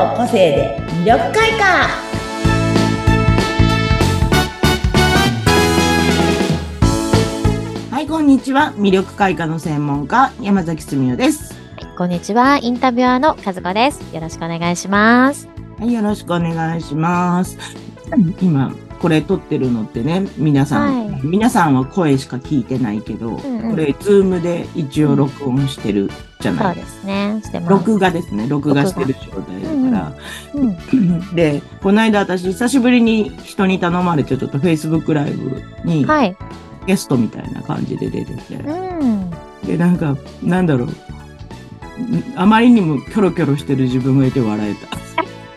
の個性で魅力開花。はい、こんにちは。魅力開花の専門家山崎すみおです。 こんにちは。インタビュアーの和子です。よろしくお願いします。 はい、よろしくお願いします。今これ撮ってるのってね、皆さんは声しか聞いてないけど、これズームで一応録音してるじゃないですか。 そうですね。してます。 録画ですね。録画してる状態だから。で、この間私久しぶりに人に頼まれてちょっと Facebook ライブにゲストみたいな感じで出てて、で、なんだろう。あまりにもキョロキョロしてる自分がいて笑えた。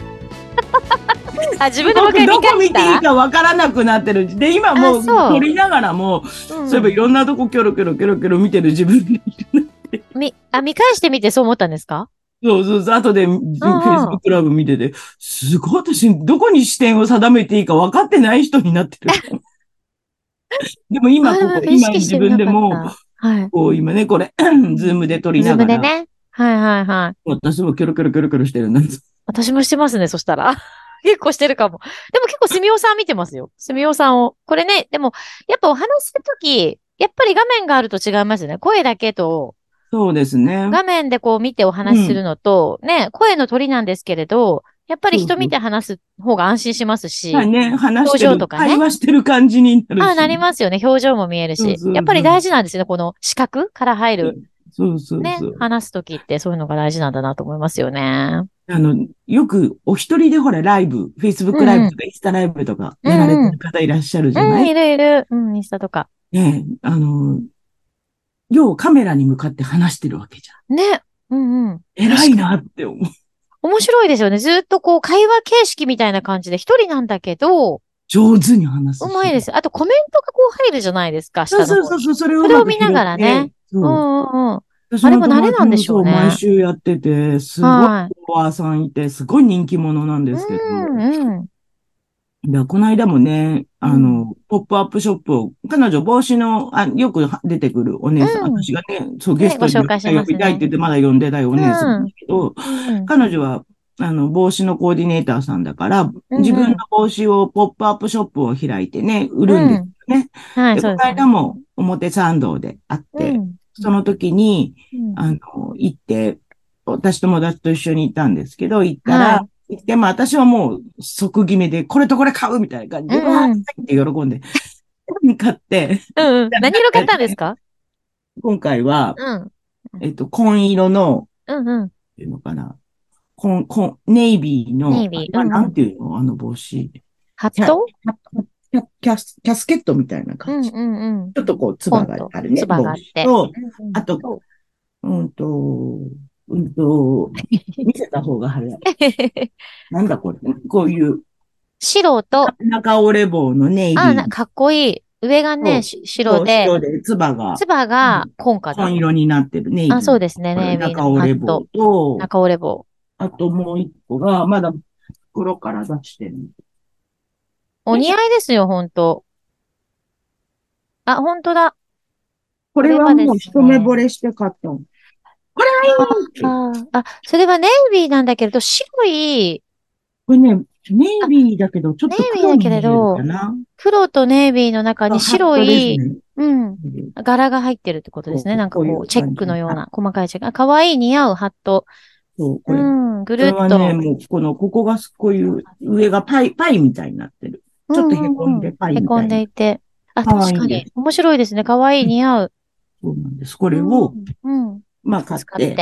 自分でもどこ見ていいかわからなくなってる。で、今もう撮りながらも、そういえばいろんなとこキョロキョロ見てる自分がいるなって。 見返してみてそう思ったんですか？ そう。後で Facebook ライブ見てて、すごい私、どこに視点を定めていいか分かってない人になってる。でも今自分でも、こう今ね、これ、ズームで撮りながら。 ズームでね。はい。 私もキョロキョロしてるんです。 私もしてますね、そしたら。結構してるかも。でも結構すみおさん見てますよ。すみおさんを。これね、でも、やっぱお話するとき、やっぱり画面があると違いますよね。声だけと。 そうですね。 画面でこう見てお話しするのと、ね、声の取りなんですけれど、やっぱり人見て話す方が安心しますし。 はいね、 表情とかね。 会話してる感じになるし。 なりますよね。表情も見えるし。やっぱり大事なんですよね。この視覚から入る。 そう。 ね、話すときってそういうのが大事なんだなと思いますよね。 よくお一人でほらライブ、Facebook ライブとかインスタライブとかやられてる方いらっしゃるじゃない？ いる。インスタとか。 ね、要カメラに向かって話してるわけじゃん。 ね。 偉いなって思う。 面白いですよね。ずっとこう会話形式みたいな感じで一人なんだけど、 上手に話す。 うまいです。あとコメントがこう入るじゃないですか、下の方に。 そう。それを見ながらね。あれも慣れなんでしょうね。 毎週やってて、すごいフォロワーさんいて、すごい人気者なんですけど。この間もね、ポップアップショップを、彼女帽子の、よく出てくるお姉さん、私がね、ゲストに呼びたいって言ってまだ呼んでないお姉さんだけど、彼女は、帽子のコーディネーターさんだから、自分の帽子をポップアップショップを開いてね、売るんですよね。で、この間も表参道で会って、その時に、行って、私友達と一緒に行ったんですけど、行ったら、でも私はもう即決めで、これとこれ買うみたいな感じで、わーって喜んで、買って。 何色買ったんですか？ 今回は、紺色の、っていうのかな。ネイビーの、なんていうの帽子。 ハット？ キャスケットみたいな感じ。ちょっとこう、つばがあるね。帽子と、あと、見せた方が早い。なんだこれ。こういう。 白と。 中折れ棒のネイビー。 かっこいい。上がね、白で。 白で、つばが紺かな。 紺色になってるネイビー。 そうですね、ネイビー。 中折れ棒と。 中折れ棒。 あともう一個が、まだ袋から出してる。 お似合いですよ、ほんと。ほんとだ。 これはもう一目惚れして買ったの。これはいい！ それはネイビーなんだけれど、白い。 これね、ネイビーだけど、ちょっと黒に見えるかな。 黒とネイビーの中に白い、柄が入ってるってことですね。なんかこう、チェックのような、細かいチェック。かわいい似合うハット。 そう、これ。 ぐるっと。 これはね、もう、ここがこういう、上がパイみたいになってる。ちょっと凹んでパイみたいな。 凹んでいて。確かに。面白いですね。かわいい、似合う。 そうなんです。これを、買って、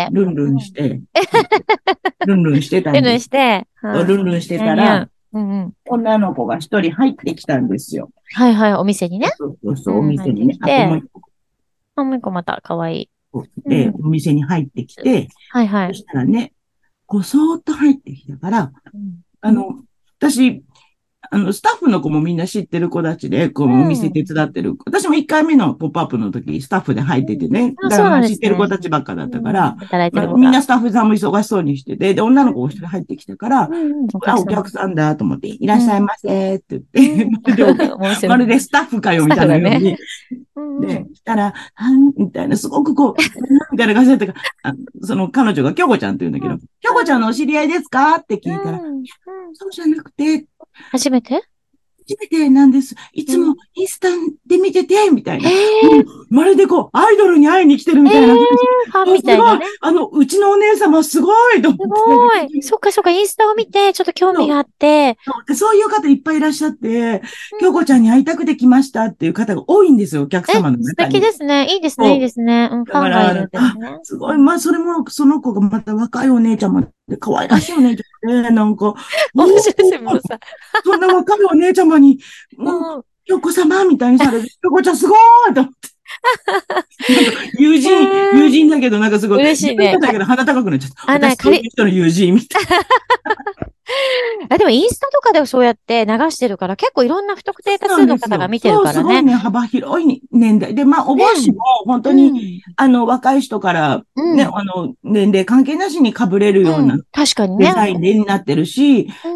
ルンルンして、ルンルンしてたんです。 ルンルンして、 ルンルンしてたら、女の子が一人入ってきたんですよ。 お店にね。 そう、お店にね。あともう一個。 もう一個また、かわいい。で、お店に入ってきて、そしたらね、そーっと入ってきたから、私、スタッフの子もみんな知ってる子たちで、こう、お店手伝ってる。私も1回目のポップアップの時、スタッフで入っててね。だから知ってる子たちばっかだったから、みんなスタッフさんも忙しそうにしてて、で、女の子が一人入ってきたから、お客さんだと思って、いらっしゃいませって言って、まるでスタッフかよみたいなように、 で、したら、みたいな、すごくこう、みたいな感じだったから、その彼女が京子ちゃんって言うんだけど、京子ちゃんのお知り合いですかって聞いたら、そうじゃなくて、 初めて初めてなんです。いつもインスタで見てて、みたいな。 ー、 まるでこう、アイドルに会いに来てるみたいな感じ。 ファンみたいなね。 うちのお姉様すごいと思すって。 ごい。そっかそっか、インスタを見て、ちょっと興味があって、 そういう方いっぱいいらっしゃって、京子ちゃんに会いたくて来ましたっていう方が多いんですよ、お客様の素中に。 敵ですね。いいですね、いいそう。 ですね。フだから、 ァンがいるんですね。 すごい、それも、その子がまた若いお姉ちゃまで、可愛らしいお姉ちゃまで、なんか、 面お白いですよ、皆さん。 そんな若いお姉ちゃまに、 うん。 京子様みたいにされて、京子ちゃんすごいと思って。なんか、 え友人だけど、なんかすごい、 嬉しいね。 友人だけど鼻高くなっちゃった。 な、 私、そういう人の友人みたいでもインスタとかでそうやって流してるから、結構いろんな不特定多な数のんですよ。 方が見てるそう、 からね。 すごいね、幅広い年代。で、お帽子ねも本当に、 うん。 若い人から、ね、 うん。 年齢関係なしに被れるようなうん。確かにね。 デザインでになってるし、 うん。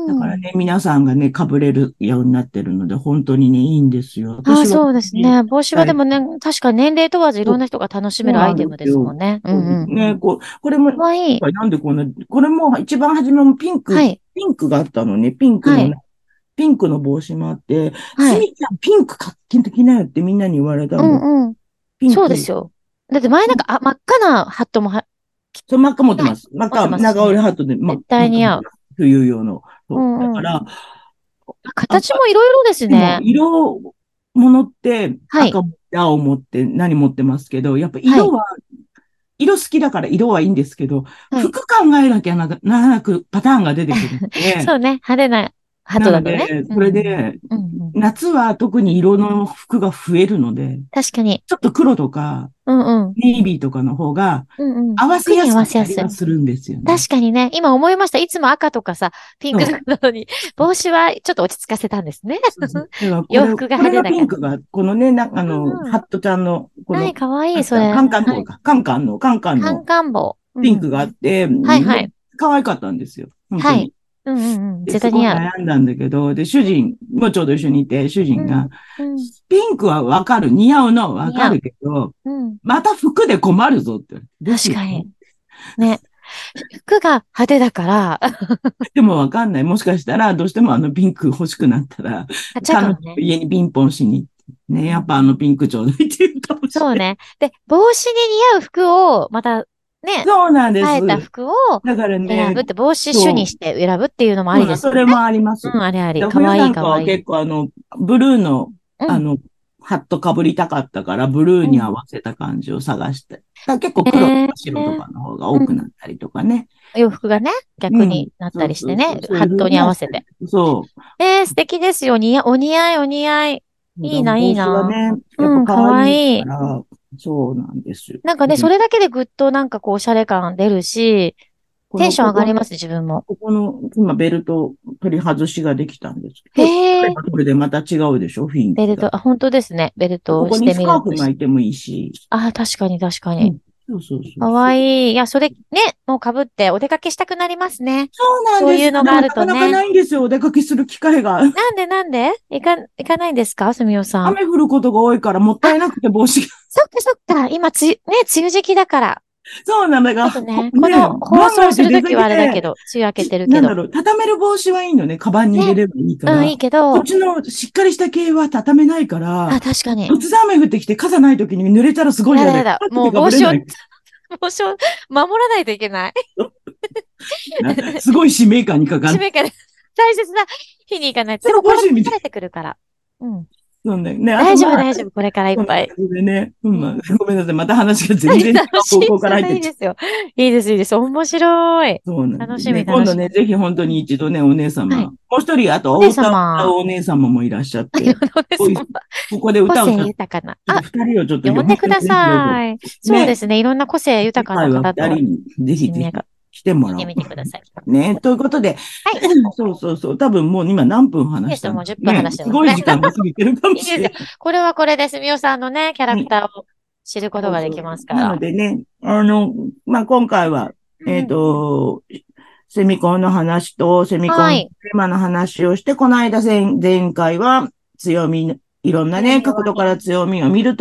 だからね、皆さんがね、被れるようになってるので、本当にね、いいんですよ。 ああ、 私は、 そうですね、 ね。帽子はでもね、確かに年齢問わずいろんな人が楽しめるアそうなんでイテムですもすよ。 んね。うそうんうん。 ね、これも、 かわいい。 なんでこれも一番初めもはい。 ピンクがあったのね。 はい。 ピンクの帽子もあって、 はい。 すみちゃんピンク買ってきなよってみんなに言われたうんだ。 んうん。 ピンク。 そうですよ。だって前なんか、真っ赤なハットもそう、真っ赤持ってはい。 ます。真っ赤、 持ってますし長折ね。 りハットで、 絶真っ赤対似合う。 持ってます。冬用の。 うそう。だんうん。 から、 形赤、 もいろいろですでも、 ね。 ものってはい。 赤持って青持って何持ってますけど、やっぱはい。 色好きだから色はいいんですけど、 はい。 服考えなきゃならなくパターンが出てくるので、 そうね。派手なハッなトだとね。 ので、それうんうん。 で、 うんうん。 夏は特に色の服が増えるので、 確かに。 ちょっと黒とか、 うんうん。 ネイビーとかの方がうんうん。 合わせ服に合やすかったりわせやすい。 はするんですよね。 確かにね。今思いました。いつも赤とかさ、ピンクとかそう。 なのに、帽子はちょっと落ち着かせたんですね。 そうそう。だから洋服がこれが派手だから。 ピンクが、このね、 うんうん。 ハットちゃんの、 はい、かわいい、それ。はい。 カンカンカンのカン帽。うんうん。 ピンクがあって、で、 はいはい。 可愛かったんですよ。本当はい。 に。 うんうんうん。 で、すごい絶対似合う。 悩んだんだけど、で、主人もちょうど一緒にいて、主人が、 うん。うん。 ピンクはわかる、似合うのはわ似合う。 かるけど、 うん。 また服で困るぞって。ですよね。 確かに。ね。服が派手だから、 でもわかんない。もしかしたら、どうしてもピンク欲しくなったら、 買っちゃう彼女のかもね。 家にピンポンしに行ってね、やっぱうんピンクちょうだいって言うかもしれない。 そうね。で、帽子に似合う服を、また、ね、 そうなんです。 生えた服をだからね、 選ぶって、帽子主にそう、 して選ぶっていうのもあそうなん、 りですよね。 それもあります。 うん、あれあり。 でかわいい、 冬なんかかわいい。 は結構ブルーの、 うん、 ハット被りたかったから、ブルーうん。 に合わせた感じを探して。だから結構え黒とか白とー、 かの方が多くなっうん。 たりとかね。 洋服がね、逆うん。 になったそうりしてね、 そうそう。そうハットいうふうにはに合わせて。 したり。そう。 素敵ですよ。お似合い、お似合い。いいな、いい帽子はな。 ね、やっぱうん、か可愛いわいい。 から、そうなんですよ。 なんかね、それだけでぐっとなんかこう、おしゃれ感出るし、テンション上がります、自分も。 今ベルト取り外しができたんですけへど、これえ、 はこれでまた違うでしょ、雰囲気が。 ベルト、本当ですね。ベルトこをしてこにスカーみるとし。 フ巻いてもいいし。 確かに確かに。 うん。そうそうそうかそう。 わいい。いや、それね、もう被ってお出かけしたくなりますね。 そうなんそうですよ。 いうのがあるでもなかなかとね。 ないんですよ。お出かけする機会が。 なんで行かないんですかすみおさん。 雨降ることが多いからもったあ、 いなくて帽子が。 そっかそっか。今、梅雨時期だから。 そうなんだが、 ちょっとね、こね、 の放万が送す一出先るときはあれだけで、 ど、梅雨明けてるけど。 畳める帽子はいいのね。カバンに入ね。 れればいいかうん、いら。 いけど、 こっちのしっかりした系は畳めないから、 確かに。 突然雨降ってきて傘ない時に濡れたらすごい嫌で、 やだやだ。 パッてもう帽子を、 かぶれない。 帽子を守らないといけない。 すごい使命感にかかる。 使命感で大切な日に行かないと。でそのもこれも帽子見て。 慣れてくるから。うん。 そうね。あと大丈夫、 まあ、 大丈夫。これからいっこんな感ぱい。 じでね。 ねごめんなさい。また話が全然違う楽しい。 方向かそんら入ってっちゃう。 ないいですよ。いいです、いいです。面白い。 そうなん楽しみ、 でね。今楽しみ。 度ね、ぜひ本当に一度ね、お姉様。 はい。 もう一人、あと、 お姉お歌を歌う様。 お姉様もいらっしゃっお姉て、 様。 ここで個性歌を歌って、 豊かな。 ちょっと二人をちょっと呼んでくだ本当にぜひどうぞ。 さい。そうでね。 すね。いろんな個性豊かな次回は二方と、 人にぜひぜひ親来ても聞いてらおう。 みてください。 ね。ということで、 はい。 そうそうそう。多分もう今何分いいですよ。 話したのもう10分ね。 話してますね。 すごい時間が過ぎてるかもいいですよ。 しれない。 これはこれで、すみおさんのね、キャラはい。 クターを知ることそうそう。 ができますかなのら。 でね、今回は、 うんうん。 セミコンの話と、セミコンはい。 テーマの話をして、この間前回は強み、いろんなね、 強み弱み。 角度から強みを見ると、 うん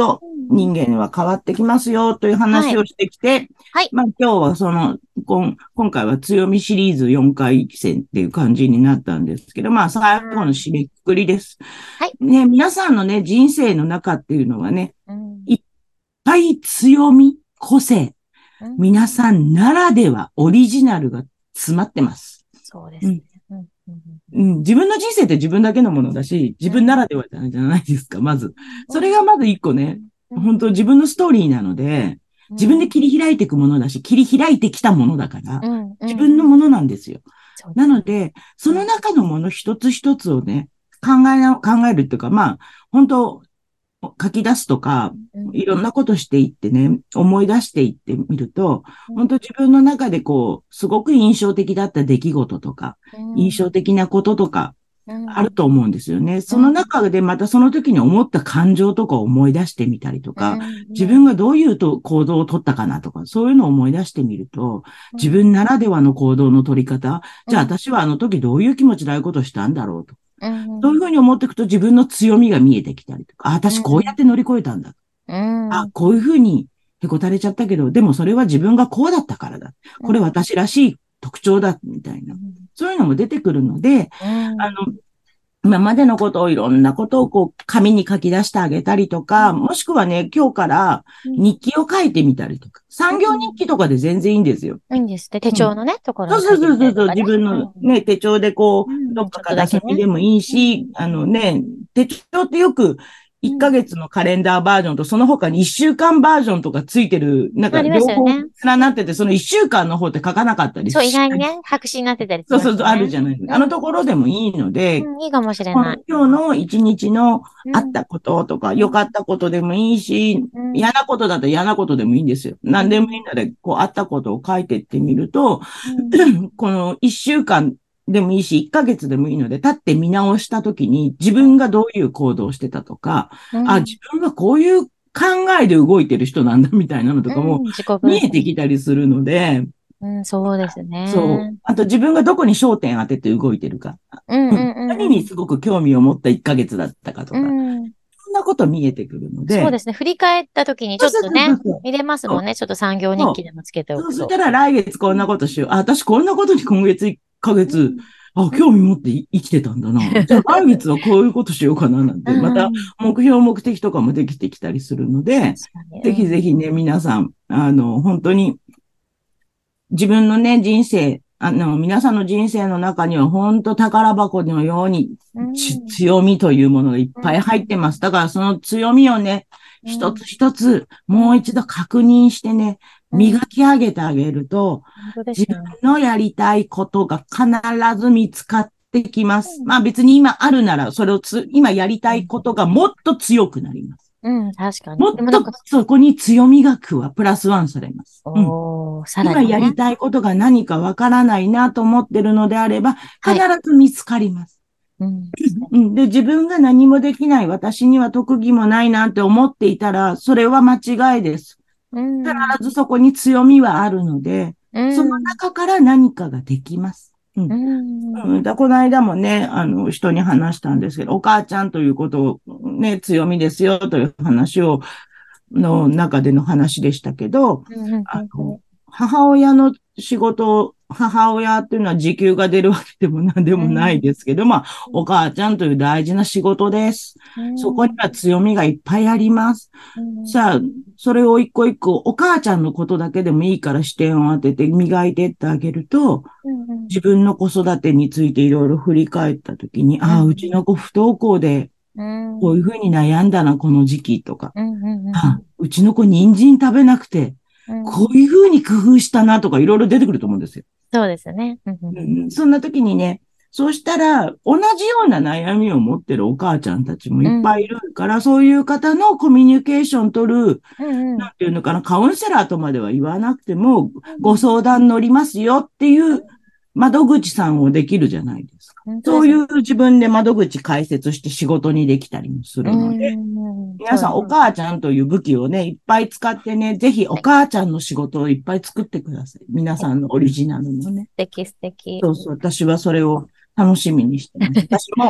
人間は変わってきますよという話をしてきて、 はい。 まあ今日は今回は強みシリーズ4回戦っていう感じになったんですけど、まあ最後の締めくくりです。 はい。 ね、皆さんのね、人生の中っていうのはね、 うん、 いっぱい強み、個性、 うん、 皆さんならでは、オリジナルが詰まってます。 そうですね。 うん。 うん、うん、 うん、自分の人生って自分だけのものだし、自分ならではじゃないですか、まず。それがまず一個ね、本当自分のストーリーなので、自分で切り開いていくものだし、切り開いてきたものだから、自分のものなんですよ。なので、その中のもの一つ一つをね、考えるっていうか、まあ、本当書き出すとか、いろんなことしていってね、思い出していってみると、本当自分の中ですごく印象的だった出来事とか、印象的なこととか、あると思うんですよね。その中でまたその時に思った感情とかを思い出してみたりとか、自分がどういう行動を取ったかなとか、そういうのを思い出してみると、自分ならではの行動の取り方、じゃあ私はあの時どういう気持ちでああいうことをしたんだろうと。そういうふうに思っていくと自分の強みが見えてきたりとか、あ、私こうやって乗り越えたんだ。あ、こういうふうにへこたれちゃったけど、でもそれは自分がこうだったからだ。これ私らしい特徴だ、みたいな。そういうのも出てくるので、今までのことをいろんなことを紙に書き出してあげたりとか、もしくはね、今日から日記を書いてみたりとか、産業日記とかで全然いいんですよ。 いいんですって。手帳のね、ところそうに書いてみたりとかね。 自分のね、手帳でどっか片隅でもいいし、手帳ってよく1ヶ月のカレンダーバージョンとその他に1週間バージョンとかついてる、なんか両方連なってて、その1週間の方って書かなかったりそう、意外にね、白紙になってたりしますね。 あるじゃない。あのところでもいいので、 いいかもしれない。 今日の一日のあったこととか、良かったことでもいいし、嫌なことだったら嫌なことでもいいんですよ。何でもいいので、あったことを書いてってみると、この一週間でもいいし、一ヶ月でもいいので、立って見直したときに自分がどういう行動をしてたとか、あ、自分はこういう考えで動いてる人なんだみたいなのとかも見えてきたりするので、 そうですね。 そう。あと自分がどこに焦点当てて動いてるか。何にすごく興味を持った1ヶ月だったかとか。そんなこと見えてくるので。 そうですね。振り返った時にちょっとね、見れますもんね。ちょっと産業日記でもつけておくと。 そしたら来月こんなことしよう。あ、私こんなことに今月1ヶ月、興味持って生きてたんだな。じゃあ来月はこういうことしようかななんて、また目標目的とかもできてきたりするので、ぜひぜひね、皆さん、本当に自分のね、人生、皆さんの人生の中には本当宝箱のように、強みというものがいっぱい入ってます。だからその強みをね、一つ一つもう一度確認してね、磨き上げてあげると、自分のやりたいことが必ず見つかってきます。まあ別に今あるなら、それを今やりたいことがもっと強くなります。 確かに。 もっとそこに強みがプラスワンされます。今やりたいことが何かわからないなと思ってるのであれば、必ず見つかります。で、自分が何もできない、私には特技もないなって思っていたら、それは間違いです。必ずそこに強みはあるので、その中から何かができます。この間もね、人に話したんですけど、お母ちゃんということをね、強みですよという話を、の中での話でしたけど、母親の仕事、母親っていうのは時給が出るわけでも何でもないですけど、まあ、お母ちゃんという大事な仕事です。そこには強みがいっぱいあります。さあ、それを一個一個、お母ちゃんのことだけでもいいから視点を当てて磨いていってあげると、自分の子育てについていろいろ振り返ったときに、ああ、うちの子不登校で、こういうふうに悩んだな、この時期とか。うちの子人参食べなくて、こういうふうに工夫したなとかいろいろ出てくると思うんですよ。 そうですね。 そんな時にね、そうしたら同じような悩みを持ってるお母ちゃんたちもいっぱいいるから、そういう方のコミュニケーション取る、なんていうのかな、カウンセラーとまでは言わなくても、ご相談乗りますよっていう窓口さんをできるじゃないですか。そういう自分で窓口開設して仕事にできたりもするので、皆さんお母ちゃんという武器をね、いっぱい使ってね、ぜひお母ちゃんの仕事をいっぱい作ってください。皆さんのオリジナルのね。 素敵素敵。 そうそう、私はそれを楽しみにしてます。私も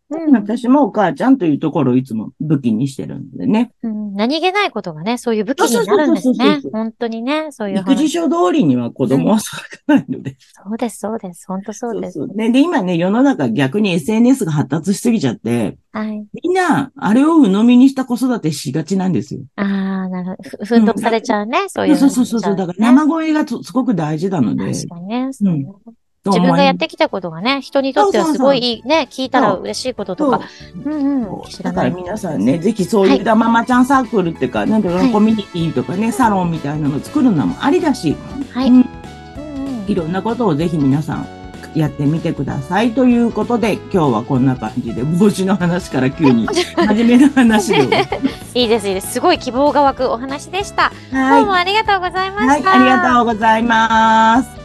私もお母ちゃんというところをいつも武器にしてるんでね。 何気ないことがね、そういう武器になるんですね。本当にね、そういう育児書通りには子供は育たないので。 そうです、そうです。本当そうです。 ね。で、今ね、世の中逆に SNS が発達しすぎちゃって、みんな、あれを鵜呑みにした子育てしがちなんですよ。 なるほど。奮闘されちゃうね、そういう。 そう。だから生声がすごく大事なので。 確かにね。自分がやってきたことがね、人にとってはすごいいいね、聞いたら嬉しいこととか。 だから皆さんね、ぜひそういうママちゃんサークルっていうか、なんていうの、コミュニティとかね、サロンみたいなのを作るのもありだし、いろんなことをぜひ皆さんやってみてくださいということで、今日はこんな感じで、帽子の話から急に真面目な話で。 いいです、いいです。すごい希望が湧くお話でした。どうもありがとうございました。 ありがとうございます。